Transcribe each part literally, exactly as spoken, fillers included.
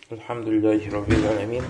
Альхамдулиллахи раббил алямин.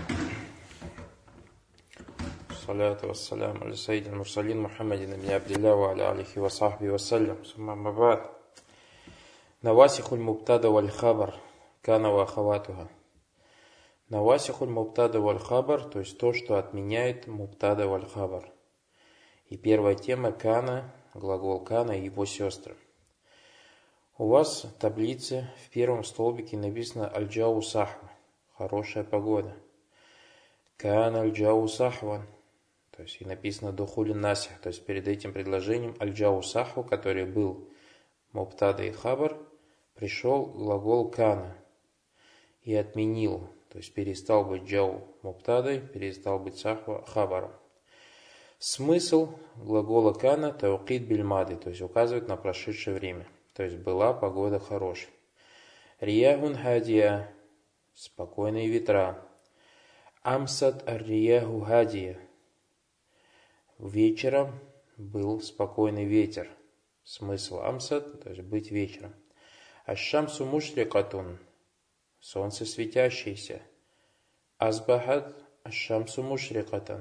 Салату вассаляму аля саййидил мурсалин Мухаммадин ибн Абдилля ва аля алихи ва сахби вассалям. Сумма амма ба'д. Навасихуль мубтада валь хабар кана ва ахаватуха. Навасихуль мубтада валь хабар, то есть то, что отменяет мубтада валь хабар. И первая тема кана, глагол кана и его сестры. У вас в таблице в первом столбике написано аль-джау сахва, хорошая погода. Кан аль-джау сахван, то есть и написано духулин насих, то есть перед этим предложением аль-джау сахву, который был мубтада и хабар, пришел глагол кана и отменил, то есть перестал быть джау мубтадой, перестал быть сахва хабаром. Смысл глагола кана таукид бильмады, то есть указывает на прошедшее время. То есть была погода хорошая. Рияхун хадия, спокойные ветра. Амсат ар-рияху хадия, вечером был спокойный ветер. Смысл амсат, то есть быть вечером. Аш-шамсу мушрикатун, солнце светящееся. Азбахат аш-шамсу мушрикатан,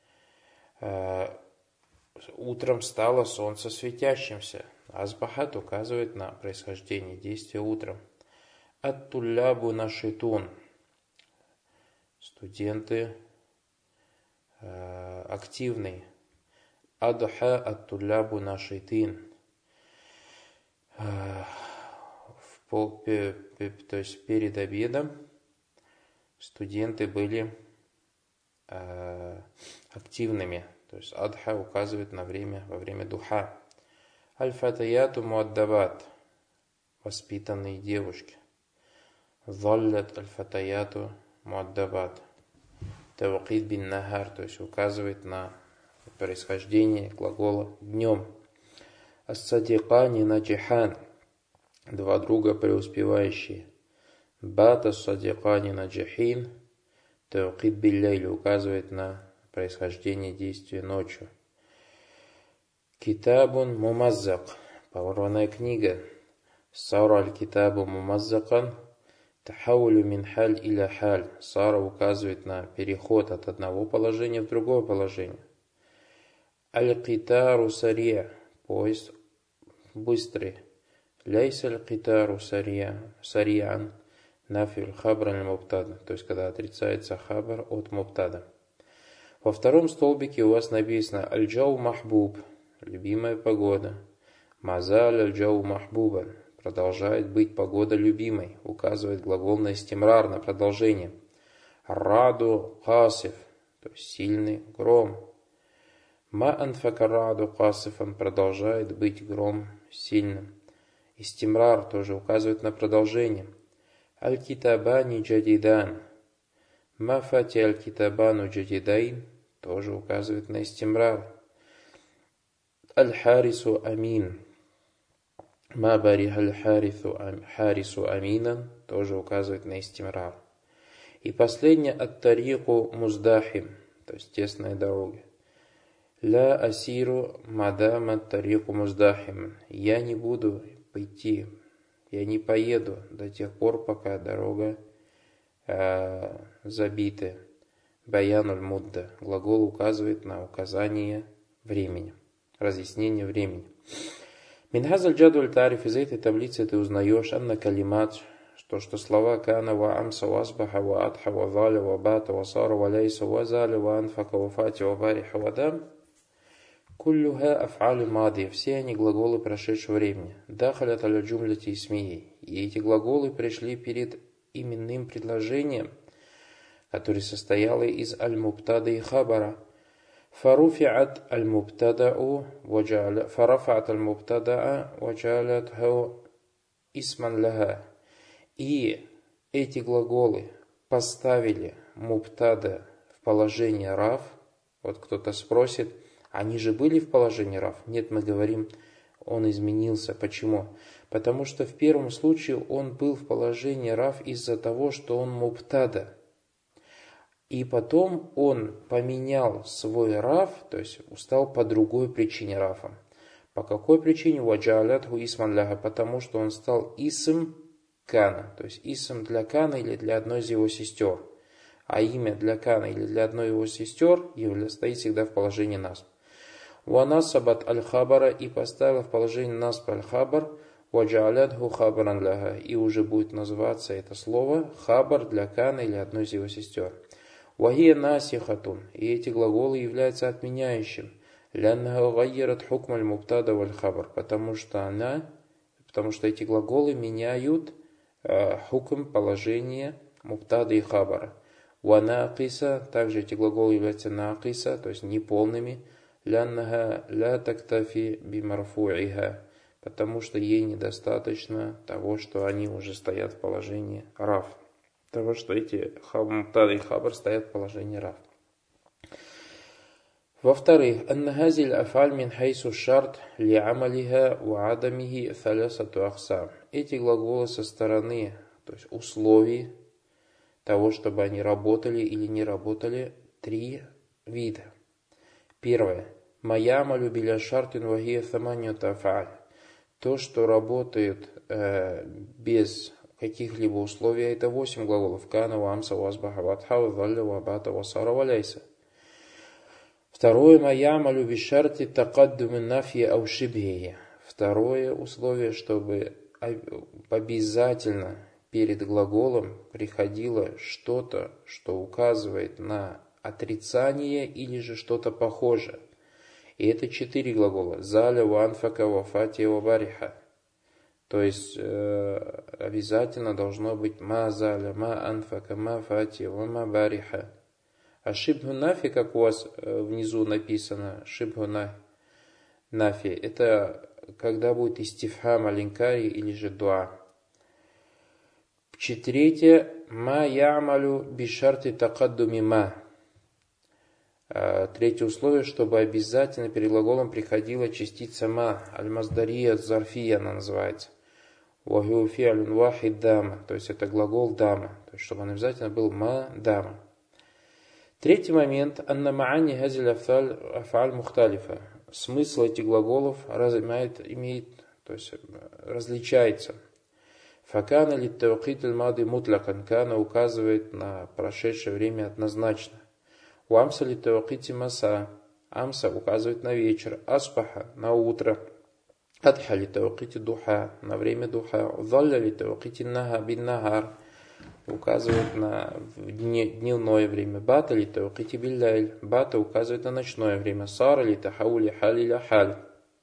утром стало солнце светящимся. Азбахат указывает на происхождение действия утром. Ат-туллябу нашитун, студенты э, активные. Адха ат-туллябу нашитин, э, то есть перед обедом студенты были э, активными. То есть адха указывает на время во время духа. Аль-фатаяту муаддабат, воспитанные девушки. Заллят аль-фатаяту муаддабат. Тавакид бин нахар, то есть указывает на происхождение глагола днем. Ас-садикани наджихан, два друга преуспевающие. Бата садикани наджихин, тавакид билляйли, указывает на происхождение действия ночью. Китабун мумаззак, порванная книга. Сара аль-китабу мумаззакан, тахаулю мин халь иля халь. Сара указывает на переход от одного положения в другое положение. Аль-китару сария, поезд быстрый. Ляйс аль-китару сария, сариан, нафиль хабр аль-мубтада, то есть когда отрицается хабар от мубтада. Во втором столбике у вас написано аль-джау махбуб, любимая погода. Мазаль аль-джау махбубан, продолжает быть погода любимой, указывает глагол на истимрар, на продолжение. Раду касиф, то есть сильный гром. Ма анфакараду касифан, продолжает быть гром сильным. Истимрар тоже указывает на продолжение. Аль-китабани джадидан. Ма фати аль-китабану джадидайн, тоже указывает на истимрар. Аль-харису амин. Ма бариха аль-харису аминан, тоже указывает на истимрар. И последнее ат-тарику муздахим, то есть тесная дорога. Ля асиру мадам ат-тарику муздахим. Я не буду пойти, я не поеду до тех пор, пока дорога э, забита. Баянуль мудда. Глагол указывает на указание времени, разъяснение времени. Минхазаль джадуль тариф, из этой таблицы ты узнаешь анна калимат, что, что слова кана ва амса ва асбаха ва адха ва заля ва бата ва сара ва ляйса ва заля ва анфака ва фати ва бариха ва дам куллюха аф'алю мади, все они глаголы прошедшего времени. Дахалят аля джумляти исмии, и эти глаголы пришли перед именным предложением, которое состояло из аль-мубтада и хабара. فَرُفِعَتْ الْمُبْتَدَأُ وَجَعَلَ فَرَفَعَتْ الْمُبْتَدَأَ وَجَعَلَتْهُ إِسْمًا لَهَا. И эти глаголы поставили мубтада в положение раф. Вот кто-то спросит, они же были в положении раф? Нет, мы говорим, он изменился. Почему? Потому что в первом случае он был в положении раф из-за того, что он мубтада. И потом он поменял свой раф, то есть стал по другой причине рафом. По какой причине? Ваджалятху исман ляха, потому что он стал исм кана. То есть исм для кана или для одной из его сестер. А имя для кана или для одной из его сестер стоит всегда в положении насб. Ванасабат аль-хабара, и поставила в положение насб аль-хабар, ваджаалядху хабаран ляха, и уже будет называться это слово хабар для кана или одной из его сестер. Вахия насихатун, и эти глаголы являются отменяющим. Ляннага гайярат хукм аль-мубтада валь-хабар, потому что она, потому что эти глаголы меняют э, хукм, положение мубтада и хабара. Ванакиса, также эти глаголы являются накиса, то есть неполными. Ляннага ля тактафи бимарфуиха, потому что ей недостаточно того, что они уже стоят в положении раф. Того, что эти мубтада и хабар стоят в положении раф. Во-вторых, аннахазиль афаль мин хайсу шарт ли амалиха ва адамихи талясату ахсам. Эти глаголы со стороны, то есть условий того, чтобы они работали или не работали, три вида. Первое. Маямалю биля шартин вахия саманию тафаль. То, что работает э, без каких-либо условий, это восемь глаголов. Кана, вамса, вазбаха, ватха, валля, вабата, васара, валяйса. Второе. Маямалю бишарти такаддуми нафья аушибхия. Второе условие, чтобы обязательно перед глаголом приходило что-то, что указывает на отрицание или же что-то похожее. И это четыре глагола. Заля, ванфака, вафатия, вабариха. То есть э, обязательно должно быть ма заля, ма анфака, ма фатия, ма бариха. А шибху нафи, как у вас э, внизу написано, шибху нафи, это когда будет истифхам алинкари или же дуа. Третье. Ма ямалю бишарти такаддуми ма. Третье условие, чтобы обязательно перед глаголом приходила частица ма, аль-маздария, зарфия она называется. Ваху фиалюн вахид дама, то есть это глагол дама, то есть чтобы он обязательно был ма дама. Третий момент, анна маани газиль афаль мухталифа. Смысл этих глаголов разимает, имеет, то есть различается. Факана ли таукит аль-мады мутлакан, кана указывает на прошедшее время однозначно. У амса ли таукити маса, амса указывает на вечер, аспаха на утро, адха ли таукити духа, на время духа, залля ли таукити нага бин нагар, указывает на дневное время, бата ли таукити билляйль, бата указывает на ночное время, сара ли тахаули хали ля халь.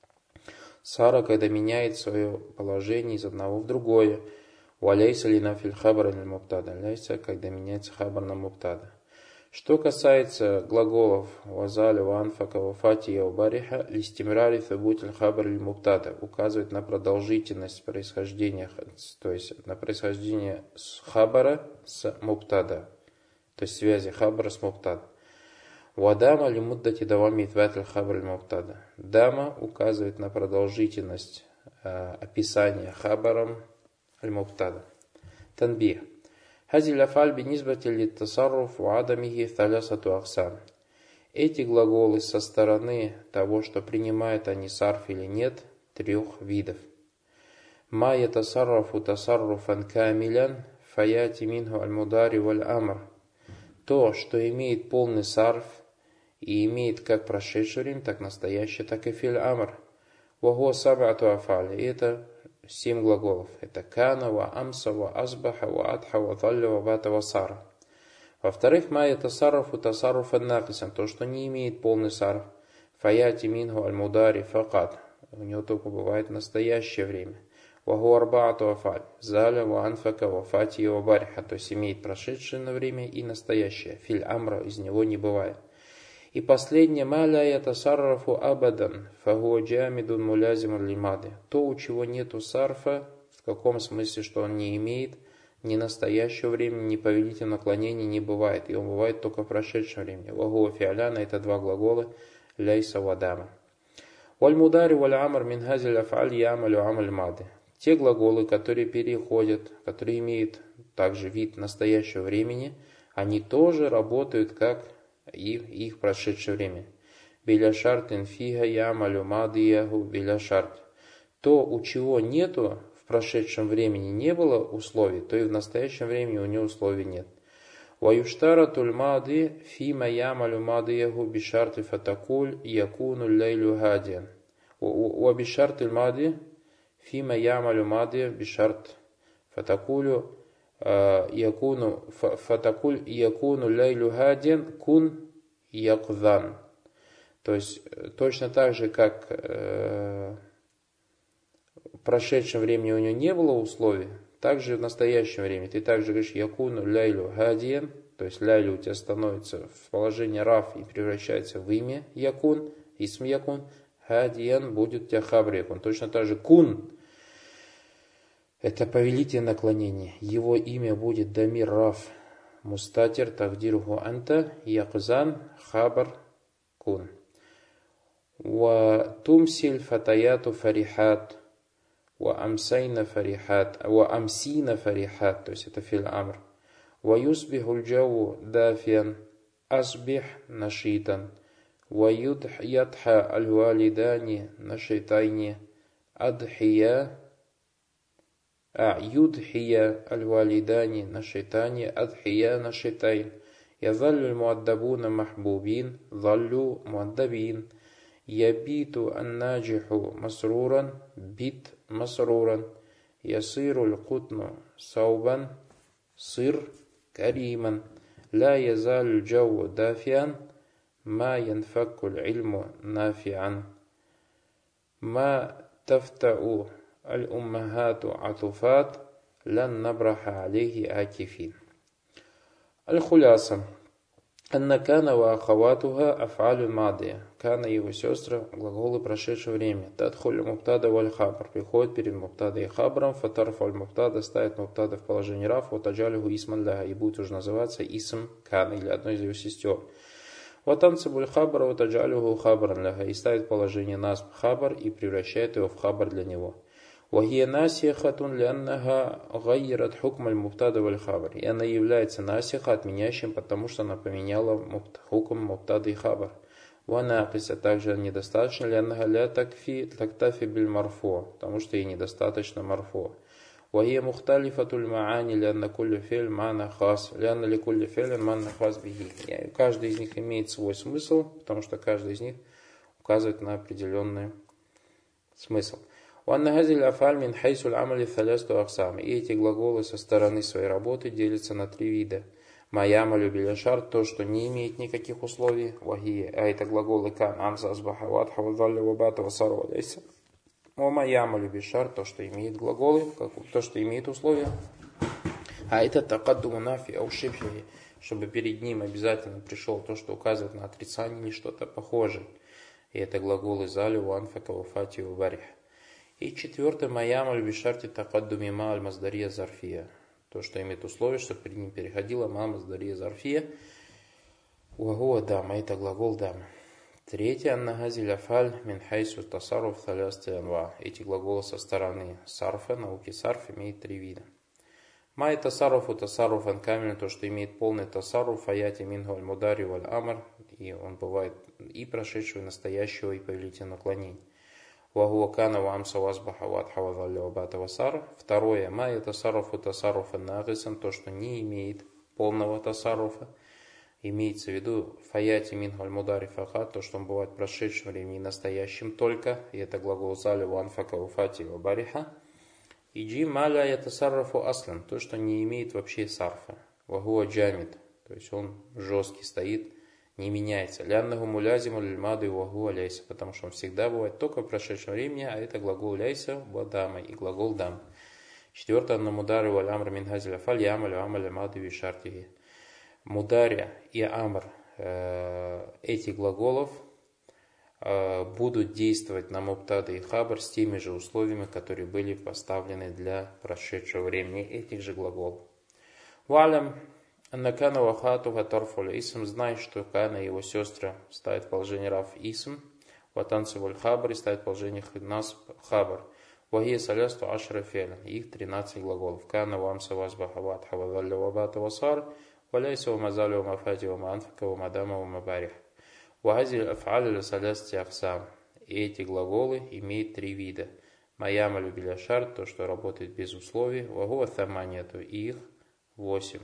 Сара, когда меняет свое положение из одного в другое. Валяйса ли нафиль хабар на мубтада, ляйса, когда меняется хабар на мубтада. Что касается глаголов вазаля, ванфака, вафатия, вабариха, листимрари фабутиль хабар или мубтада, указывает на продолжительность происхождения, то есть на происхождение с хабара с мубтада, то есть связи хабара с мубтада. Вадама ли муддати давами итватль хабар или мубтада. Дама указывает на продолжительность э, описания хабаром аль-мубтада. Танбих. Хазиль афаль бинизбати литтасарруф ва адамихи талясату ахсам. Эти глаголы со стороны того, что принимают они сарф или нет, трех видов. Ма ятасаррафу тасарруфан камилян фаяти минху аль-мудари валь-амр. То, что имеет полный сарф и имеет как прошедшее время, так настоящее, так и филь-амр. Вахуа саб'ату афаль. И это семь глаголов. Это кана, ва амса, ва азбаха, ва адха, ва залля, ва бата, ва сара. Во-вторых, ма ятасаррафу тасарруфан накисан. То, что не имеет полный сарф. Фаяти минху аль-мудари факат. У него только бывает настоящее время. Ваху арбаату афаль. Заля, ва анфака, ва фати, ва бариха. То есть имеет прошедшее на время и настоящее. Филь амра из него не бывает. И последнее, ма ля ятасаррафу абадан, фахуа джамидун мулязимун лимады. То, у чего нету сарфа, в каком смысле, что он не имеет ни настоящего времени, ни повелительного наклонения не бывает. И он бывает только в прошедшем времени. Вахуа фиаляна, это два глагола, ляйса вадама. Валь мудари валь амр мин хазиль афаль ямалю амаль мады. Те глаголы, которые переходят, которые имеют также вид настоящего времени, они тоже работают как и их прошедшее время. Биля шартин фига ямалю мадияху биля шарт. То, у чего нету в прошедшем времени не было условий, то и в настоящем времени у него условий нет. وَيُشْتَرَطُ الْمَاضِي فِيمَا يَعْمَلُ مَاضِيَهُ بِشَرْطِ فَتَقُولُ يَكُونُ اللَّيْلُ هَادِيًا وَبِشَرْطِ الْمَاضِي فِيمَا يَعْمَلُ مَاضِيَهُ بِشَرْطِ فَتَقُولُ يَكُونُ فَتَقُولُ يَكُونُ اللَّيْلُ هَادِيًا كُنْ يَقْظًا. То есть точно так же, как э, в прошедшем времени у него не было условий, также в настоящем времени ты также говоришь якуну ляйлю гадиен, то есть ляйлю у тебя становится в положении раф и превращается в имя якун, исм якун, гадиен будет у тебя хабр якун. Точно так же кун, это повелитель наклонения, его имя будет дамир раф мустатир тагдирху анта якзан хабр кун. Ва тумсиль фатаяту фарихат وأمسين فرحات وأمسين فرحات, то есть это филь амр. ويصبح الجو دافيا أصبح نشيطا ويضحى الوالدان نشيطين أضحيا يضحي الوالدان نشيطان أضحيا نشيطين يظل المؤدبون محبوبين ظلوا مؤدبين يبيت الناجح مسرورا بيت مسرورا يصير القطن صوبا صر كريما لا يزال الجو دافئا ما ينفك العلم نافعا ما تفتأ الأمهات عطفات لن نبرح عليه عاكفين. الخلاصة أن كان وأخواتها أفعال الماضية. Кана и его сестры глаголы прошедшего времени. Тадхуль муптада валь хабр. Приходит перед муптада и хабром. Фатарф аль муптада ставит муптада в положении раф. Ватаджалиху исман ляха. И будет уже называться исм Кана или одной из его сестер. Ватанцабуль хабр. Ватаджалиху хабран ляха. И ставит положение насб хабр и превращает его в хабр для него. وهي ناسخة لأنها غيرت حكم المبتدا والخبر. И она является насиха, отменяющим, потому что она поменяла хукм мубтада и хабар. Ванакис, а также недостаточно لأنها لا تكفي تكتفي بالمرفوع, потому что ей недостаточно марфу. وهي مختلفة المعاني لأن كل فعل معنى خاص لأن لكل فعل معنى خاص به. Каждый из них имеет свой смысл, потому что каждый из них указывает на определенный смысл. И эти глаголы со стороны своей работы делятся на три вида. Маямалю биляшар, то, что не имеет никаких условий. Вахия, а это глаголы кан, амса, асбаха, ватха, вадалля, вабата, васара, валяйса. Маямалю бишар, то, что имеет глаголы, то, что имеет условия. А это такаддума нафи, аушибхи, чтобы перед ним обязательно пришел то, что указывает на отрицание, не что-то похожее. И это глаголы залю, ванфака, вафати, варих. И четвертое, маямаль бишарти такаддуми ма аль маздария зарфия. То, что имеет условие, чтобы перед ним переходила ма маздария зарфия. Уагуа дама, это глагол дама. Третье, аннагазиль афаль мин хайсу тасаруф талясти анва. Эти глаголы со стороны сарфа, науки сарф, имеет три вида. Ма это тасаруфу тасаруфан камиль, то, что имеет полный тасаруф, аяти мингу аль мудари валь амр. И он бывает и прошедшего, и настоящего, и повелительного наклонения. Вагуа кана вамса вазбаха ватха вадалля вабата васара. Второе, ма это тасаруфу тасаруфа нагисан, то, что не имеет полного тасаруфа. Имеется в виду фаяти мингу аль мудари фахат, то, что он бывает в прошедшем времени и настоящем только. И это глагол заля ванфака вафати вабариха. И джи маля это тасаруфу аслан, то, что не имеет вообще сарфа. Вагуа джамид, то есть он жесткий стоит, не меняется. Ляннаху мулязиму лильмаду и вагуа ляйса, потому что он всегда бывает только в прошедшем времени, а это глагол ляйса вадама и глагол дам. Четвертое, на мудары валь амр мин хазиля фаль ямаль амаль маду и шартихи. Мударя и амр, этих глаголов будут действовать на мубтада и хабар с теми же условиями, которые были поставлены для прошедшего времени этих же глаголов. Валям аннакана вахатуха тарфуль исм, знай, что Кана и его сестры ставят положение раф исм, ватанцы валь хабар и ставят положение нас хабар. Вахия салясту ашра феля, их тринадцать глаголов. Кана вамса вазбаха ватха вадалля вабата васар, валяйса вамазаля вамафати ваманфака вамадама вамабарих. Вахазиль аф'аль салясти ахсам. И эти глаголы имеют три вида. Маямалю биля шарт, то, что работает без условий. Вагуа таманьяту, и их восемь.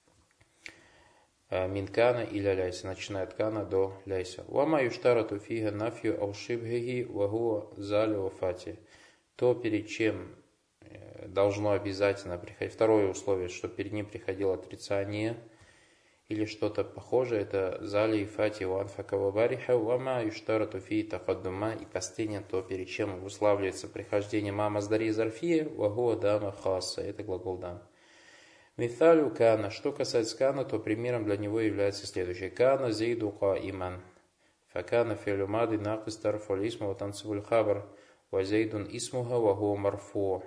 Минкана или ляйса, начиная от кана до ляйса. Вама юштарату фига нафью аушибхиги вагуа залю вафати. То, перед чем должно обязательно приходить. Второе условие, что перед ним приходило отрицание или что-то похожее, это зали и фати ванфа кавабариха вама юштарату фи такаддума. И последнее, то, перед чем уславливается прихождение мама сдари зарфия вагуа дама хаса. Это глагол дам. Миталю кана. Что касается кана, то примером для него является следующее. Кана зейду каиман. Факана филюмады накис тарфуль исму танцевуль хабар. Ва зейдун исмуха вагуа марфу.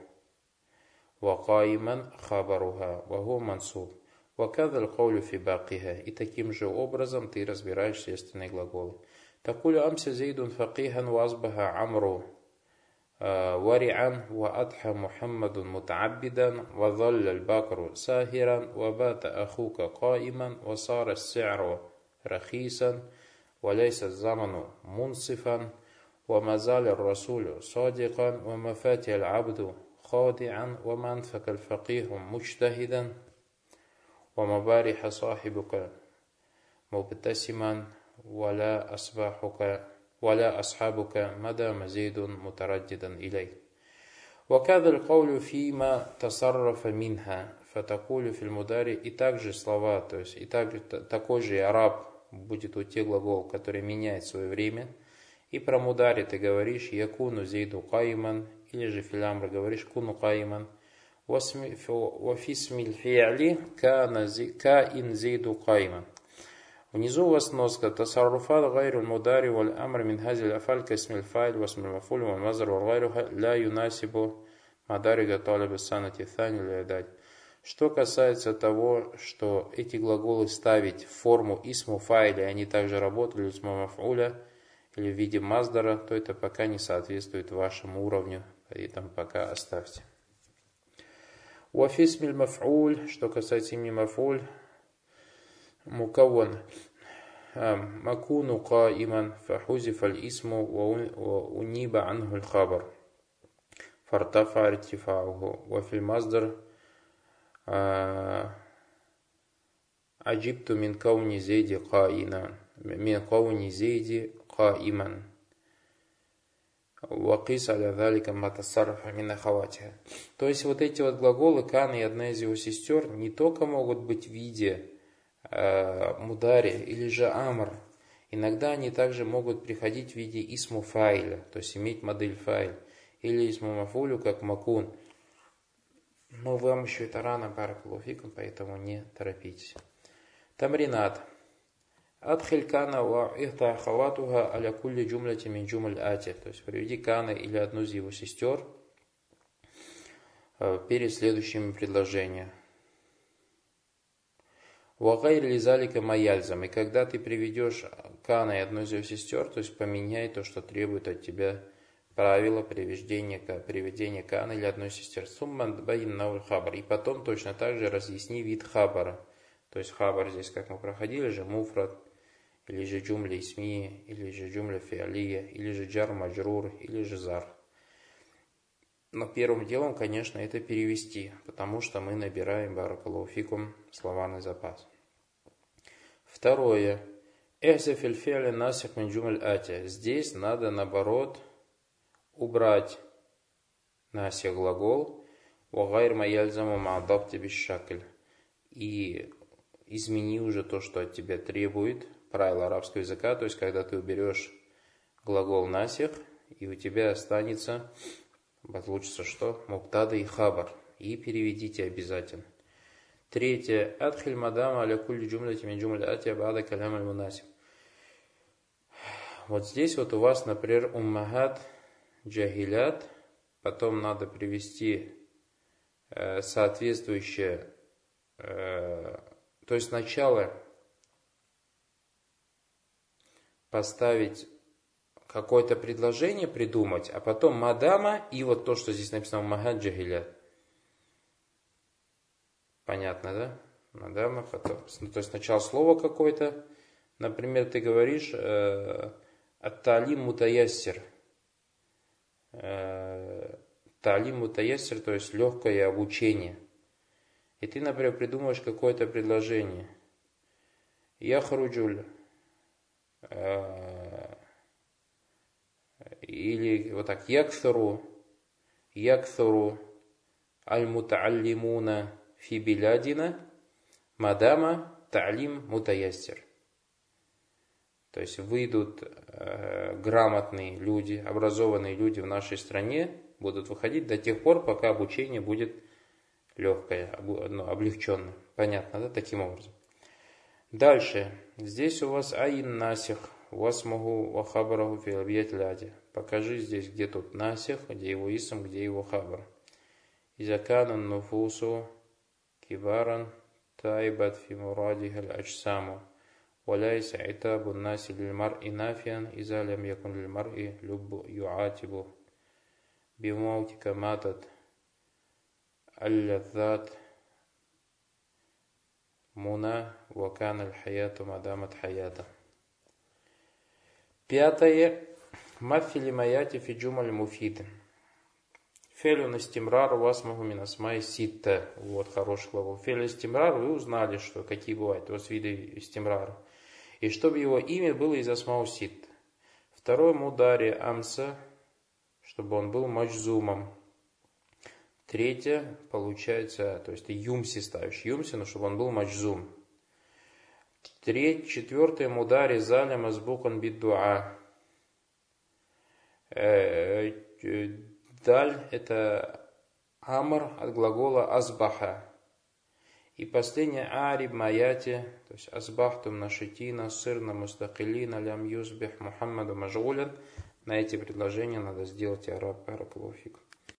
Ва каиман хабаруха вагуа мансуб. Ва кадал каулю фи бакиха. И таким же образом ты разбираешь все остальные глаголы. Такулю амся зейдун факихан вазбаха амру. ورعا وأضحى محمد متعبدا وظل البكر ساهرا وبات أخوك قائما وصار السعر رخيصا وليس الزمن منصفا وما زال الرسول صادقا وما فات العبد خادعا وما أنفك الفقيه مجتهدا وما بارح صاحبك مبتسما ولا أصباحك ولا أصحابك مدى مزيد مترددا إليه وكذا القول فيما تصرف منها فتقول في المضارع. И также слова, то есть и также такой же араб будет у тех глаголов, которые меняют свое время. И про мудари ты говоришь якуну зейду кайман, или же филямр говоришь куну кайман. Вафисмиль фи'ли каин зейду кайман. Внизу у вас носка тасарруфат гайру мудари валь амр мин хазил афаль касмиль файль васмиль мафуль валь мазар валь гайруха ля юнасибу мадарига талиб санати thani лядать. Что касается того, что эти глаголы ставить в форму исму файля, они также работали исму мафуля или в виде маздара, то это пока не соответствует вашему уровню, поэтому пока оставьте. Уафисмиль мафуль, что касается имени мафуль, مكون مكون قائما فحذف الاسم وأنيب عنه الخبر فارتفع ارتفاعه. وفي المصدر عجبت من كون زيد قائما من كون زيد قائما وقيس على ذلك ما تصرف من أخواتها. То есть вот эти вот глаголы кан и одна из его сестер не только могут быть в виде мудари или же амр. Иногда они также могут приходить в виде исму файля, то есть иметь модель файл, или исму мафулю, как макун. Но вам еще это рано, баракалуфикум, поэтому не торопитесь. Тамринат. Адхиль кана ва ихта ахаватуха аля кулли джумляти мин джумль ати. То есть приведи кана или одну из его сестер перед следующими предложениями. Вагайр лизалика маяльзам. И когда ты приведешь кана и одну из ее сестер, то есть поменяй то, что требует от тебя правила приведения, приведения кана или одной сестер. Сумман баин науль хабар. И потом точно так же разъясни вид хабара. То есть хабар здесь, как мы проходили же, муфрат, или же джумля исми, или же джумля фиалия, или же джар маджрур, или же зар. Но первым делом, конечно, это перевести, потому что мы набираем баракалуфикум словарный запас. Второе. Эхзефиль фи'ли насих мин джумль ати. Здесь надо, наоборот, убрать насих глагол вагайр маяльзаму ма'адабти бишшакль. И измени уже то, что от тебя требует правила арабского языка, то есть когда ты уберешь глагол насих, и у тебя останется, получится что? Муптада и хабар. И переведите обязательно. Третье. Адхиль мадама аля кулли джумляти мин джумль ати ба'да калям аль мунасиб. Вот здесь вот у вас, например, уммахат, джахилят, потом надо привести э, соответствующее, э, то есть сначала поставить какое-то предложение, придумать, а потом мадама и вот то, что здесь написано уммахат, джахилят. Понятно, да? Мадама, потом, то есть сначала слово какое-то, например, ты говоришь ат-талим мутаяссир, Та'лим мутаяссир, то есть легкое обучение. И ты, например, придумаешь какое-то предложение. Яхруджуль. Или вот так. Яксару. Яксару. Аль-мутааллимуна фи билядина. Мадама та'лим мутаяссир. То есть выйдут э, грамотные люди, образованные люди в нашей стране, будут выходить до тех пор, пока обучение будет легкое, ну, облегченное. Понятно, да, таким образом. Дальше. Здесь у вас аин насих, васмаху вахабараху филабият ляди. Покажи здесь, где тут насих, где его исм, где его хабар. Изаканан нуфусу кибаран тайбат фи мурадихаль аджсаму. وليس عتاب الناس للمرء نافيا إذا لم يكن للمرء لب يعاتب بموتك ماتت اللذات منى وكان الحياة ما دامت حياة. Пятое. Мафили маяти фи джумаль муфид. Фелю истимрар васмаху мин асмай ситта. Вот хороший глагол. Фелю истимрар, вы узнали, что какие бывают у вас виды истимрара. И чтобы его имя было из асмау ситта. Второй мудари амса, чтобы он был маджзумом. Третье, получается, то есть ты юмси ставишь. Юмси, но чтобы он был маджзум. Третье, четвертое мудари заля мазбукан биддуа. Даль это амр от глагола азбаха. И последнее ариб маяти, то есть азбахтум нашитина сырна мустакилина лям юсбих Мухаммаду мажгулян. На эти предложения надо сделать араб параплофик.